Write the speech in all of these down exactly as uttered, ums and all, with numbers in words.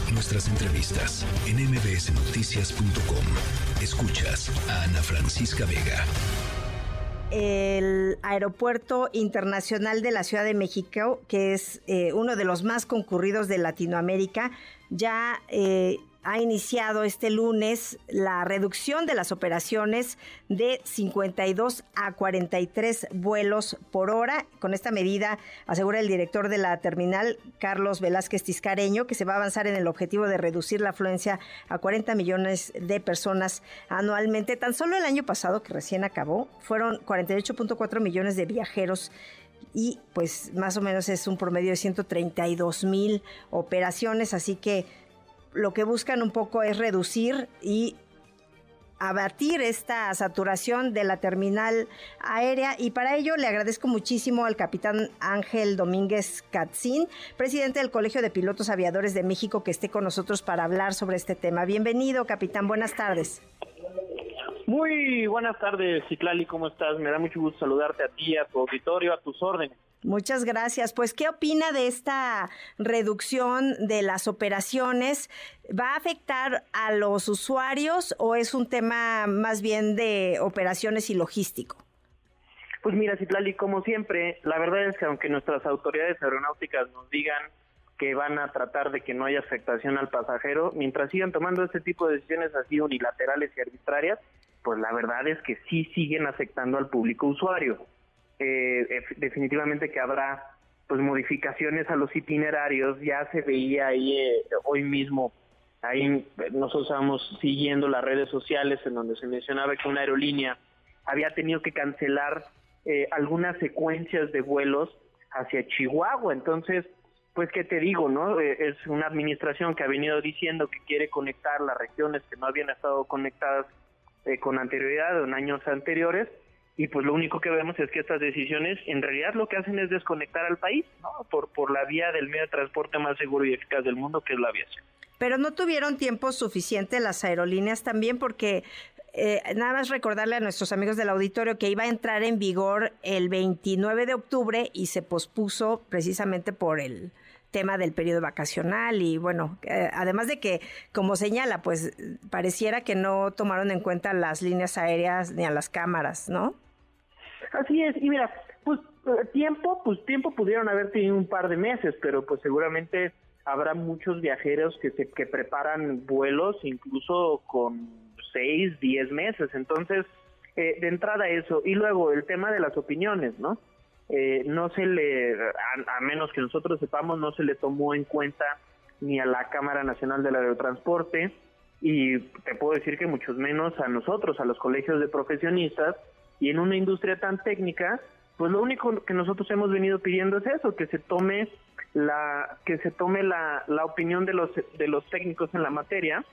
Nuestras entrevistas en eme be ese noticias punto com. Escuchas a Ana Francisca Vega. El Aeropuerto Internacional de la Ciudad de México, que es eh, uno de los más concurridos de Latinoamérica, ya eh, ha iniciado este lunes la reducción de las operaciones de cincuenta y dos a cuarenta y tres vuelos por hora. Con esta medida, asegura el director de la terminal, Carlos Velázquez Tiscareño, que se va a avanzar en el objetivo de reducir la afluencia a cuarenta millones de personas anualmente. Tan solo el año pasado, que recién acabó, fueron cuarenta y ocho punto cuatro millones de viajeros y pues más o menos es un promedio de ciento treinta y dos mil operaciones, así que lo que buscan un poco es reducir y abatir esta saturación de la terminal aérea, y para ello le agradezco muchísimo al capitán Ángel Domínguez Catzín, presidente del Colegio de Pilotos Aviadores de México, que esté con nosotros para hablar sobre este tema. Bienvenido, capitán, buenas tardes. Muy buenas tardes, Citlali, ¿cómo estás? Me da mucho gusto saludarte a ti, a tu auditorio, a tus órdenes. Muchas gracias. Pues, ¿qué opina de esta reducción de las operaciones? ¿Va a afectar a los usuarios o es un tema más bien de operaciones y logístico? Pues mira, Citlali, como siempre, la verdad es que aunque nuestras autoridades aeronáuticas nos digan que van a tratar de que no haya afectación al pasajero, mientras sigan tomando este tipo de decisiones así unilaterales y arbitrarias, pues la verdad es que sí siguen afectando al público usuario. Eh, definitivamente que habrá pues modificaciones a los itinerarios. Ya se veía ahí eh, hoy mismo, ahí nosotros estábamos siguiendo las redes sociales en donde se mencionaba que una aerolínea había tenido que cancelar eh, algunas secuencias de vuelos hacia Chihuahua. Entonces, pues qué te digo, ¿no? Eh, es una administración que ha venido diciendo que quiere conectar las regiones que no habían estado conectadas eh, con anterioridad o en años anteriores. Y pues lo único que vemos es que estas decisiones en realidad lo que hacen es desconectar al país, ¿no? Por, por la vía del medio de transporte más seguro y eficaz del mundo, que es la aviación. Pero no tuvieron tiempo suficiente las aerolíneas también, porque eh, nada más recordarle a nuestros amigos del auditorio que iba a entrar en vigor el veintinueve de octubre y se pospuso precisamente por el tema del periodo vacacional. Y bueno, eh, además de que, como señala, pues pareciera que no tomaron en cuenta las líneas aéreas ni a las cámaras, ¿no? Así es, y mira, pues tiempo, pues tiempo pudieron haber tenido un par de meses, pero pues seguramente habrá muchos viajeros que se que preparan vuelos incluso con seis, diez meses. Entonces, eh, de entrada eso, y luego el tema de las opiniones, ¿no? Eh, no se le, a, a menos que nosotros sepamos, no se le tomó en cuenta ni a la Cámara Nacional del Aerotransporte, y te puedo decir que muchos menos a nosotros, a los colegios de profesionistas. Y en una industria tan técnica, pues lo único que nosotros hemos venido pidiendo es eso, que se tome la que se tome la, la opinión de los de los técnicos en la materia.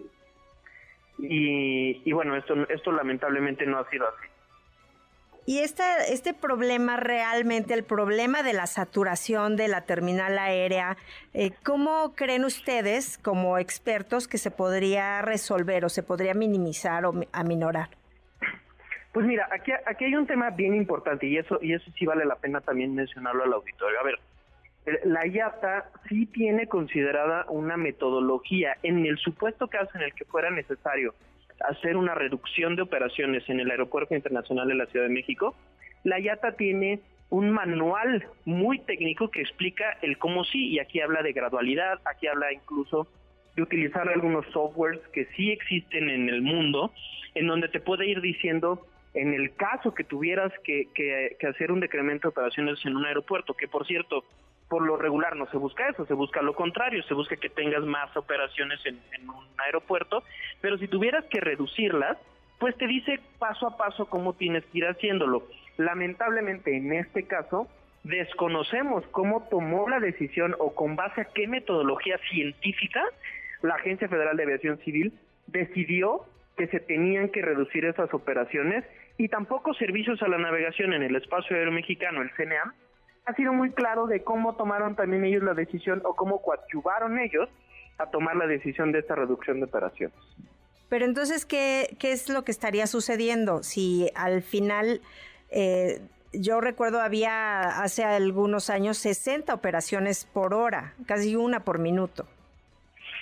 Y, y bueno, esto esto lamentablemente no ha sido así. Y esta, este problema realmente, el problema de la saturación de la terminal aérea, eh, ¿cómo creen ustedes, como expertos, que se podría resolver o se podría minimizar o aminorar? Pues mira, aquí, aquí hay un tema bien importante y eso y eso sí vale la pena también mencionarlo al auditorio. A ver, la I A T A sí tiene considerada una metodología en el supuesto caso en el que fuera necesario hacer una reducción de operaciones en el Aeropuerto Internacional de la Ciudad de México. La I A T A tiene un manual muy técnico que explica el cómo sí, y aquí habla de gradualidad, aquí habla incluso de utilizar algunos softwares que sí existen en el mundo, en donde te puede ir diciendo, en el caso que tuvieras que, que, que hacer un decremento de operaciones en un aeropuerto, que por cierto, por lo regular no se busca eso, se busca lo contrario, se busca que tengas más operaciones en, en un aeropuerto, pero si tuvieras que reducirlas, pues te dice paso a paso cómo tienes que ir haciéndolo. Lamentablemente en este caso, desconocemos cómo tomó la decisión o con base a qué metodología científica la Agencia Federal de Aviación Civil decidió que se tenían que reducir esas operaciones, y tampoco Servicios a la Navegación en el Espacio Aéreo Mexicano, el C N A M, ha sido muy claro de cómo tomaron también ellos la decisión o cómo coadyuvaron ellos a tomar la decisión de esta reducción de operaciones. Pero entonces, ¿qué, qué es lo que estaría sucediendo si al final, eh, yo recuerdo había hace algunos años sesenta operaciones por hora, casi una por minuto?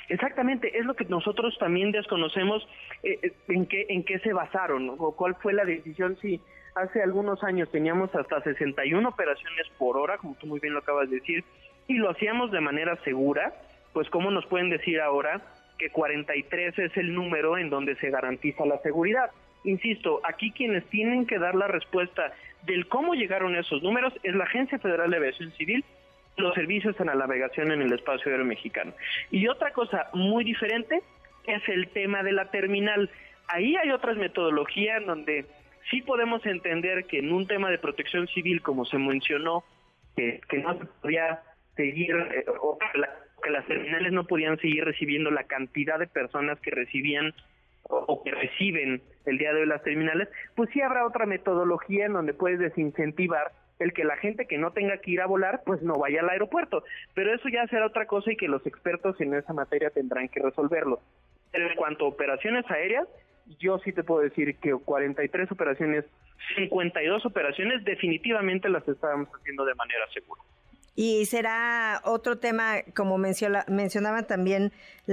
Exactamente, es lo que nosotros también desconocemos, eh, en qué en qué se basaron, ¿no? O cuál fue la decisión. Si hace algunos años teníamos hasta sesenta y una operaciones por hora, como tú muy bien lo acabas de decir, y lo hacíamos de manera segura, pues cómo nos pueden decir ahora que cuarenta y tres es el número en donde se garantiza la seguridad. Insisto, aquí quienes tienen que dar la respuesta del cómo llegaron esos números es la Agencia Federal de Aviación Civil, los servicios en la navegación en el espacio aéreo mexicano. Y otra cosa muy diferente es el tema de la terminal. Ahí hay otras metodologías en donde sí podemos entender que en un tema de protección civil, como se mencionó, que, que no se podía seguir, eh, o que, la, que las terminales no podían seguir recibiendo la cantidad de personas que recibían o, o que reciben el día de hoy las terminales, pues sí habrá otra metodología en donde puedes desincentivar el que la gente que no tenga que ir a volar, pues no vaya al aeropuerto. Pero eso ya será otra cosa y que los expertos en esa materia tendrán que resolverlo. Pero en cuanto a operaciones aéreas, yo sí te puedo decir que cuarenta y tres operaciones, cincuenta y dos operaciones, definitivamente las estábamos haciendo de manera segura. Y será otro tema, como menciona, mencionaban también,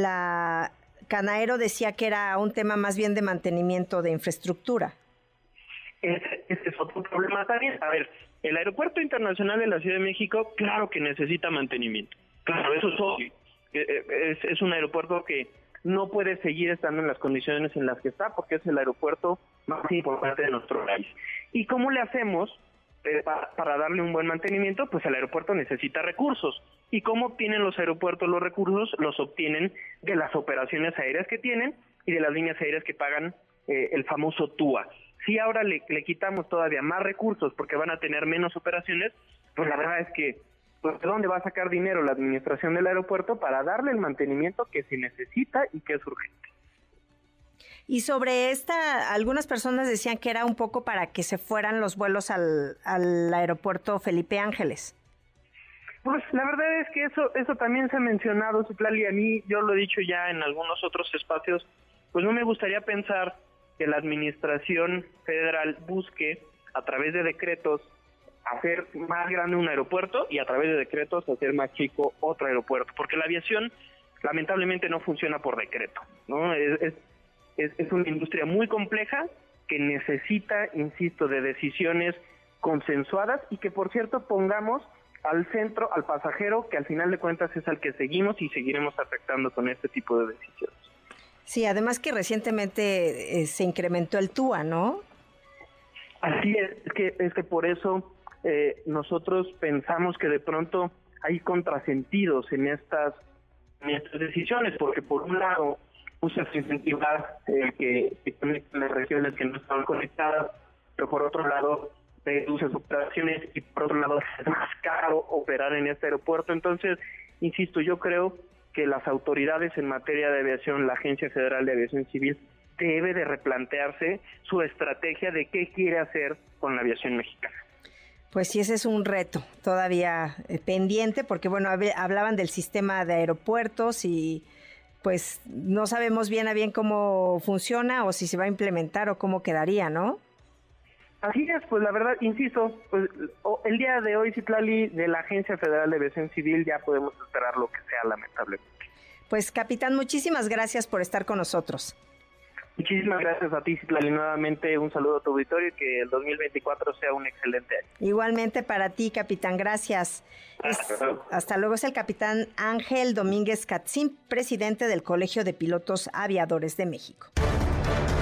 la Canaero decía que era un tema más bien de mantenimiento de infraestructura. Ese, ese es otro problema también. A ver, el Aeropuerto Internacional de la Ciudad de México, claro que necesita mantenimiento. Claro, eso es obvio. Es, es un aeropuerto que no puede seguir estando en las condiciones en las que está, porque es el aeropuerto más importante de nuestro país. ¿Y cómo le hacemos eh, para, para darle un buen mantenimiento? Pues el aeropuerto necesita recursos. ¿Y cómo obtienen los aeropuertos los recursos? Los obtienen de las operaciones aéreas que tienen y de las líneas aéreas que pagan eh, el famoso T U A. Si ahora le, le quitamos todavía más recursos porque van a tener menos operaciones, pues la verdad es que, pues, ¿de dónde va a sacar dinero la administración del aeropuerto para darle el mantenimiento que se necesita y que es urgente? Y sobre esta, algunas personas decían que era un poco para que se fueran los vuelos al, al aeropuerto Felipe Ángeles. Pues la verdad es que eso eso también se ha mencionado, Citlali. A mí, yo lo he dicho ya en algunos otros espacios, pues no me gustaría pensar que la administración federal busque a través de decretos hacer más grande un aeropuerto y a través de decretos hacer más chico otro aeropuerto, porque la aviación lamentablemente no funciona por decreto, ¿no? Es, es, es una industria muy compleja que necesita, insisto, de decisiones consensuadas y que, por cierto, pongamos al centro al pasajero, que al final de cuentas es al que seguimos y seguiremos afectando con este tipo de decisiones. Sí, además que recientemente eh, se incrementó el T U A, ¿no? Así es, es que, es que por eso eh, nosotros pensamos que de pronto hay contrasentidos en estas, en estas decisiones, porque por un lado buscas incentivar eh, que, que conecten las regiones que no estaban conectadas, pero por otro lado reduces operaciones y por otro lado es más caro operar en este aeropuerto. Entonces, insisto, yo creo que las autoridades en materia de aviación, la Agencia Federal de Aviación Civil, debe de replantearse su estrategia de qué quiere hacer con la aviación mexicana. Pues sí, ese es un reto todavía eh, pendiente, porque bueno, hab- hablaban del sistema de aeropuertos y pues no sabemos bien a bien cómo funciona o si se va a implementar o cómo quedaría, ¿no? Así es, pues la verdad, insisto, pues el día de hoy, Citlali, de la Agencia Federal de Aviación Civil ya podemos esperar lo que sea, lamentablemente. Pues capitán, muchísimas gracias por estar con nosotros. Muchísimas gracias a ti, Citlali, nuevamente un saludo a tu auditorio y que el dos mil veinticuatro sea un excelente año. Igualmente para ti, capitán, gracias. Hasta es, luego. Hasta luego, es el capitán Ángel Domínguez Katzin, presidente del Colegio de Pilotos Aviadores de México.